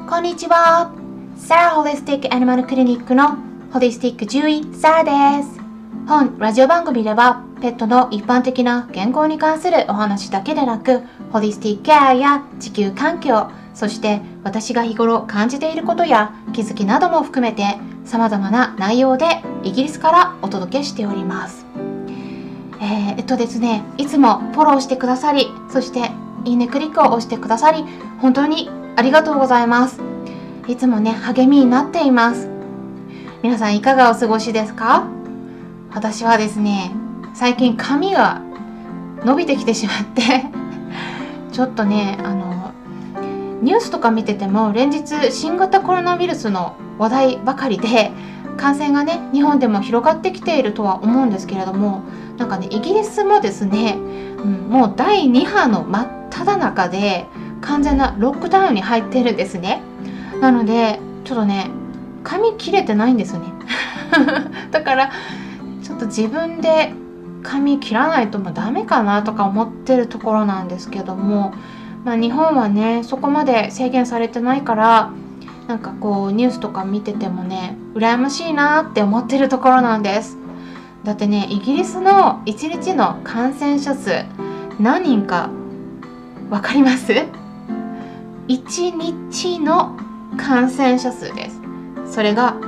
こんにちは。サラホリスティックアニマルクリニックのホリスティック獣医サラです。本ラジオ番組ではペットの一般的な健康に関するお話だけでなく、ホリスティックケアや地球環境、そして私が日頃感じていることや気づきなども含めて様々な内容でイギリスからお届けしております。ですね、いつもフォローしてくださり、そしていいねクリックを押してくださり、本当にありがとうございます。いつもね、励みになっています。皆さんいかがお過ごしですか？私はですね、最近髪が伸びてきてしまってちょっとね、ニュースとか見てても連日新型コロナウイルスの話題ばかりで、感染がね、日本でも広がってきているとは思うんですけれども、なんかね、イギリスもですね、もう第2波の真っ只中で完全なロックダウンに入っているんですね。なのでちょっとね、髪切れてないんですねだからちょっと自分で髪切らないともうダメかなとか思ってるところなんですけども、日本はね、そこまで制限されてないから、なんかこうニュースとか見ててもね、羨ましいなって思ってるところなんです。だってね、イギリスの1日の感染者数何人かわかります？ 1 日の感染者数です。それが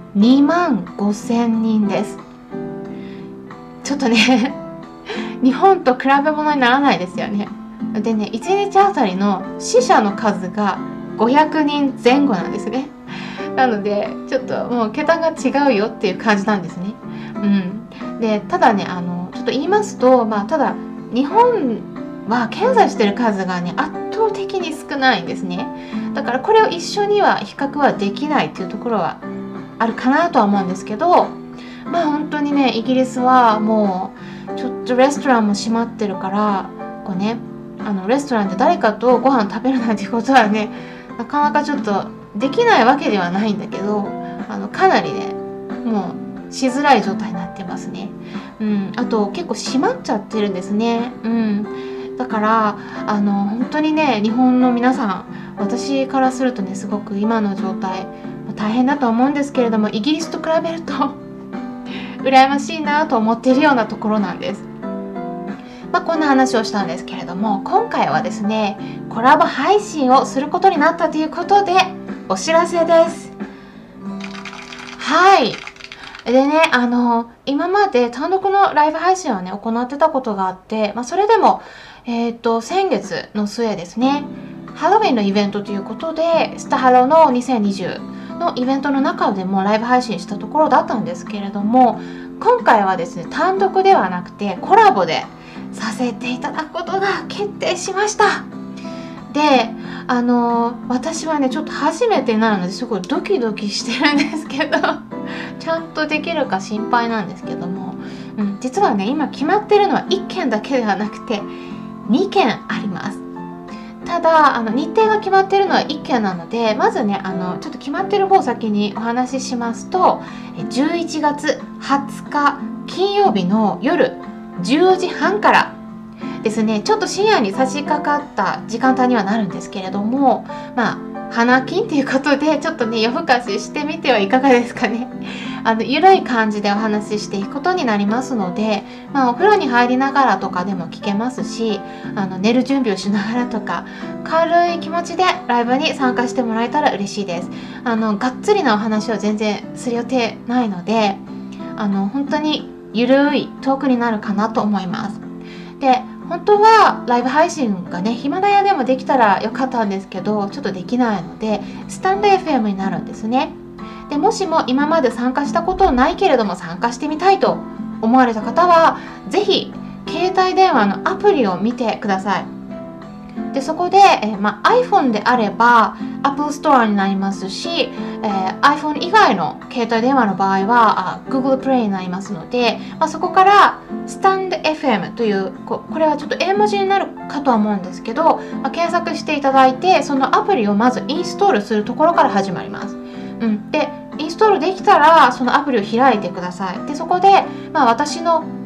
25,000人です。ちょっとね日本と比べ物にならないですよね。でね、1日あたりの死者の数が500人前後なんですね。なのでちょっともう桁が違うよっていう感じなんですね。で、ただね、ちょっと言いますと、ただ日本は検査してる数がね、圧倒的に少ないんですね。だからこれを一緒には比較はできないっていうところはあるかなとは思うんですけど、本当にね、イギリスはもうちょっとレストランも閉まってるから、こうね、レストランで誰かとご飯食べるなんていうことはね、なかなかちょっとできないわけではないんだけど、かなりね、もうしづらい状態になってますね。あと結構閉まっちゃってるんですね。だから本当にね、日本の皆さん、私からするとね、すごく今の状態大変だと思うんですけれども、イギリスと比べると羨ましいなと思っているようなところなんです。こんな話をしたんですけれども、今回はですね、コラボ配信をすることになったということでお知らせです。はい。でね、今まで単独のライブ配信をね、行ってたことがあって、それでも先月の末ですね、ハロウィンのイベントということで、スタハロの2020のイベントの中でもライブ配信したところだったんですけれども、今回はですね、単独ではなくてコラボでさせていただくことが決定しました。で、私はね、ちょっと初めてなのですごいドキドキしてるんですけどちゃんとできるか心配なんですけども、実はね、今決まってるのは1件だけではなくて2件あります。ただ日程が決まってるのは1件なので、まずね、ちょっと決まってる方を先にお話ししますと、11月20日金曜日の夜10時半からですね、ちょっと深夜に差し掛かった時間帯にはなるんですけれども、花金ということでちょっとね、夜更かししてみてはいかがですかね。ゆるい感じでお話ししていくことになりますので、お風呂に入りながらとかでも聞けますし、寝る準備をしながらとか、軽い気持ちでライブに参加してもらえたら嬉しいです。がっつりなお話を全然する予定ないので、本当にゆるいトークになるかなと思います。で、本当はライブ配信がね、ヒマラヤでもできたらよかったんですけど、ちょっとできないのでスタンド FM になるんですね。で、もしも今まで参加したことないけれども参加してみたいと思われた方は、ぜひ携帯電話のアプリを見てください。で、そこで、iPhone であれば Apple Store になりますし、iPhone 以外の携帯電話の場合はGoogle Play になりますので、そこからスタンド FM というこれはちょっと英文字になるかとは思うんですけど、検索していただいて、そのアプリをまずインストールするところから始まります。で、インストールできたらそのアプリを開いてください。で、そこで、私の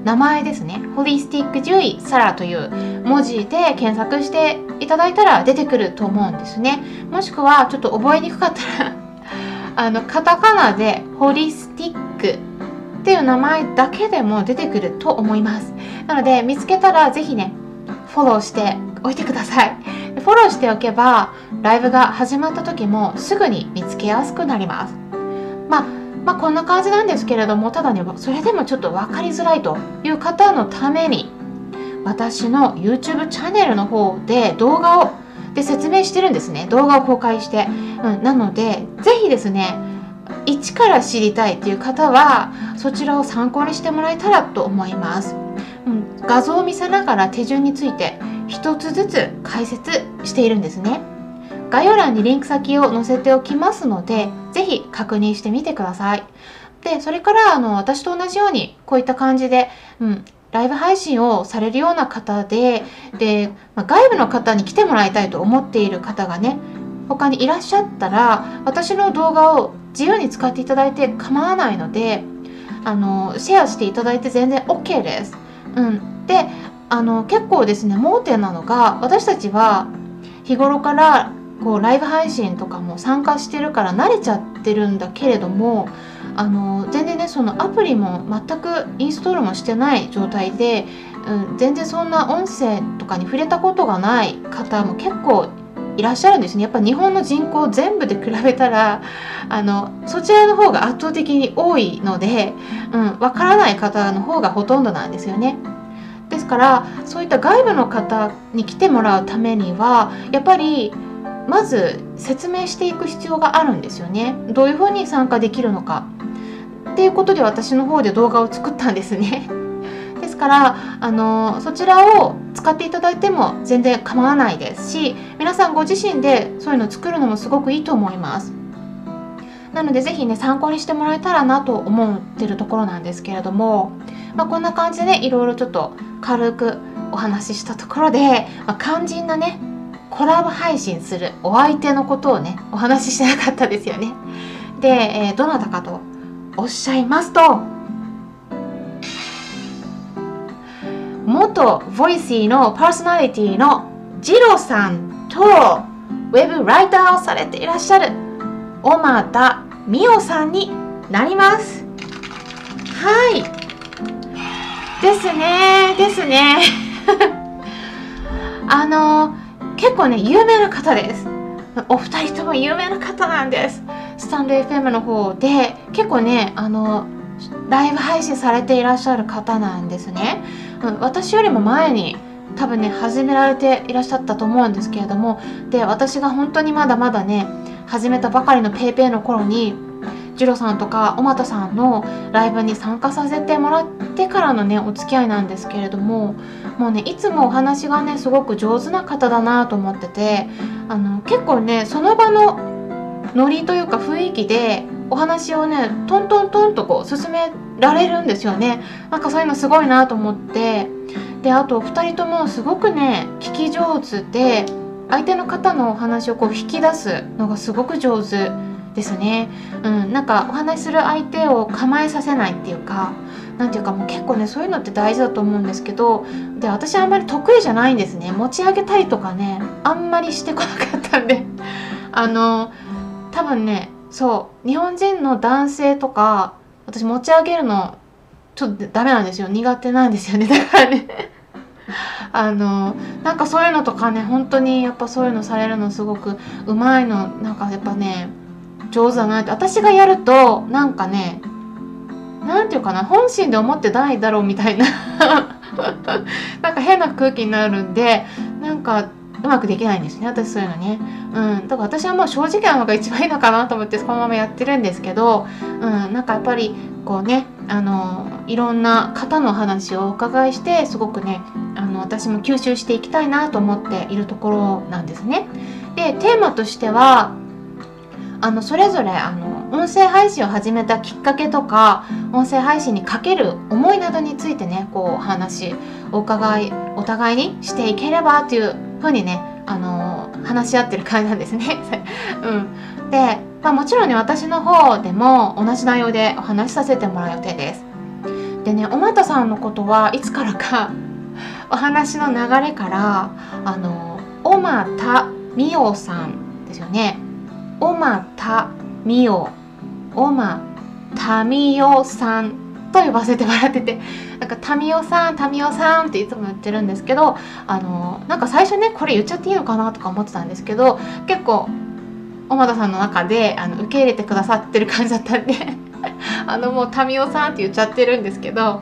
名前ですね、ホリスティック獣医サラという文字で検索していただいたら出てくると思うんですね。もしくはちょっと覚えにくかったらカタカナでホリスティックっていう名前だけでも出てくると思います。なので見つけたらぜひねフォローしておいてください。フォローしておけばライブが始まった時もすぐに見つけやすくなります。まあこんな感じなんですけれども、ただねそれでもちょっと分かりづらいという方のために私の YouTube チャンネルの方で動画で説明してるんですね。動画を公開して、なのでぜひですね一から知りたいという方はそちらを参考にしてもらえたらと思います。画像を見せながら手順について一つずつ解説しているんですね。概要欄にリンク先を載せておきますのでぜひ確認してみてください。でそれから私と同じようにこういった感じで、ライブ配信をされるような方で、外部の方に来てもらいたいと思っている方がね他にいらっしゃったら私の動画を自由に使っていただいて構わないのでシェアしていただいて全然 OK です。で結構ですね盲点なのが、私たちは日頃からこうライブ配信とかも参加してるから慣れちゃってるんだけれども全然ねそのアプリも全くインストールもしてない状態で、全然そんな音声とかに触れたことがない方も結構いらっしゃるんですね。やっぱ日本の人口全部で比べたらそちらの方が圧倒的に多いので、わからない方の方がほとんどなんですよね。ですからそういった外部の方に来てもらうためにはやっぱりまず説明していく必要があるんですよね。どういうふうに参加できるのかっていうことで私の方で動画を作ったんですね。ですからそちらを使っていただいても全然構わないですし、皆さんご自身でそういうのを作るのもすごくいいと思います。なのでぜひね参考にしてもらえたらなと思ってるところなんですけれども、こんな感じでねいろいろちょっと軽くお話ししたところで、肝心なねコラボ配信するお相手のことをねお話ししてなかったですよね。で、どなたかとおっしゃいますと、元ボイシーのパーソナリティのジロさんとウェブライターをされていらっしゃる小俣美桜さんになります。はいですね結構ね有名な方です。お二人とも有名な方なんです。スタンド FM の方で結構ねライブ配信されていらっしゃる方なんですね。私よりも前に多分ね始められていらっしゃったと思うんですけれども、で私が本当にまだまだね始めたばかりのペイペイの頃にジロさんとか小俣さんのライブに参加させてもらってからのねお付き合いなんですけれども、もうねいつもお話がねすごく上手な方だなと思ってて、結構ねその場のノリというか雰囲気でお話をねトントントンとこう進められるんですよね。なんかそういうのすごいなと思って、であと2人ともすごくね聞き上手で相手の方のお話をこう引き出すのがすごく上手ですね。なんかお話しする相手を構えさせないっていうか、なんていうかもう結構ねそういうのって大事だと思うんですけど、で私あんまり得意じゃないんですね。持ち上げたりとかねあんまりしてこなかったんで多分ねそう日本人の男性とか私持ち上げるのちょっとダメなんですよ。苦手なんですよね。だからねなんかそういうのとかね本当にやっぱそういうのされるのすごくうまいの、なんかやっぱね上手だなって。私がやるとなんかねなんていうかな、本心で思ってないだろうみたいななんか変な空気になるんで、なんかうまくできないんですね私そういうのね。だから私はもう正直なのが一番いいのかなと思ってそのままやってるんですけど、なんかやっぱりこうねいろんな方の話をお伺いしてすごくね私も吸収していきたいなと思っているところなんですね。でテーマとしてはそれぞれ音声配信を始めたきっかけとか音声配信にかける思いなどについてねこうお話お互いにしていければというふうにね話し合ってる感じなんですね。で、もちろんね私の方でも同じ内容でお話しさせてもらう予定です。 でね、おまたさんのことはいつからかお話の流れからおまたみおさんですよね。おまたみお、おまたみおさんと呼ばせてもらってて、なんかタミオさんタミオさんっていつも言ってるんですけど、なんか最初ねこれ言っちゃっていいのかなとか思ってたんですけど、結構おまたさんの中で受け入れてくださってる感じだったんでもうタミオさんって言っちゃってるんですけど、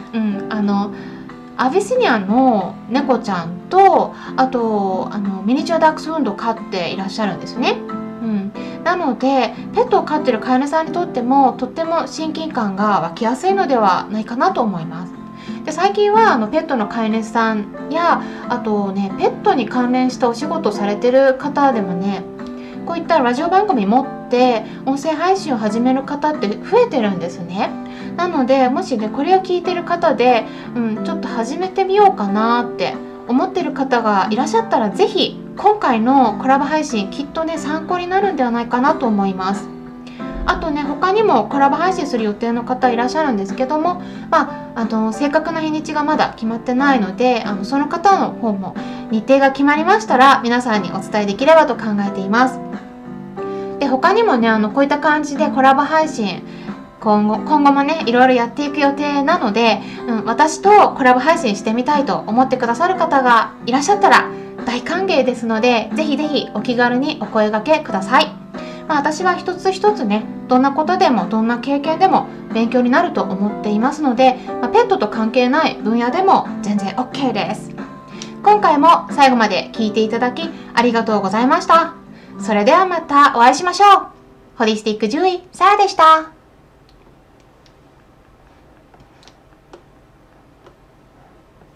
アビシニアの猫ちゃんと、あとミニチュアダックスフンドを飼っていらっしゃるんですね。なのでペットを飼ってる飼い主さんにとってもとっても親近感が湧きやすいのではないかなと思います。で、最近はペットの飼い主さんや、あとねペットに関連したお仕事をされてる方でもね、こういったラジオ番組持って音声配信を始める方って増えてるんですね。なのでもしねこれを聞いてる方で、ちょっと始めてみようかなって思ってる方がいらっしゃったら、ぜひ今回のコラボ配信きっとね参考になるんではないかなと思います。あとね他にもコラボ配信する予定の方いらっしゃるんですけども、正確な日にちがまだ決まってないので、その方の方も日程が決まりましたら皆さんにお伝えできればと考えています。で、他にもねこういった感じでコラボ配信今後もねいろいろやっていく予定なので、私とコラボ配信してみたいと思ってくださる方がいらっしゃったら大歓迎ですので、ぜひぜひお気軽にお声掛けください。私は一つ一つねどんなことでもどんな経験でも勉強になると思っていますので、ペットと関係ない分野でも全然 OK です。今回も最後まで聞いていただきありがとうございました。それではまたお会いしましょう。ホリスティック獣医サラでした。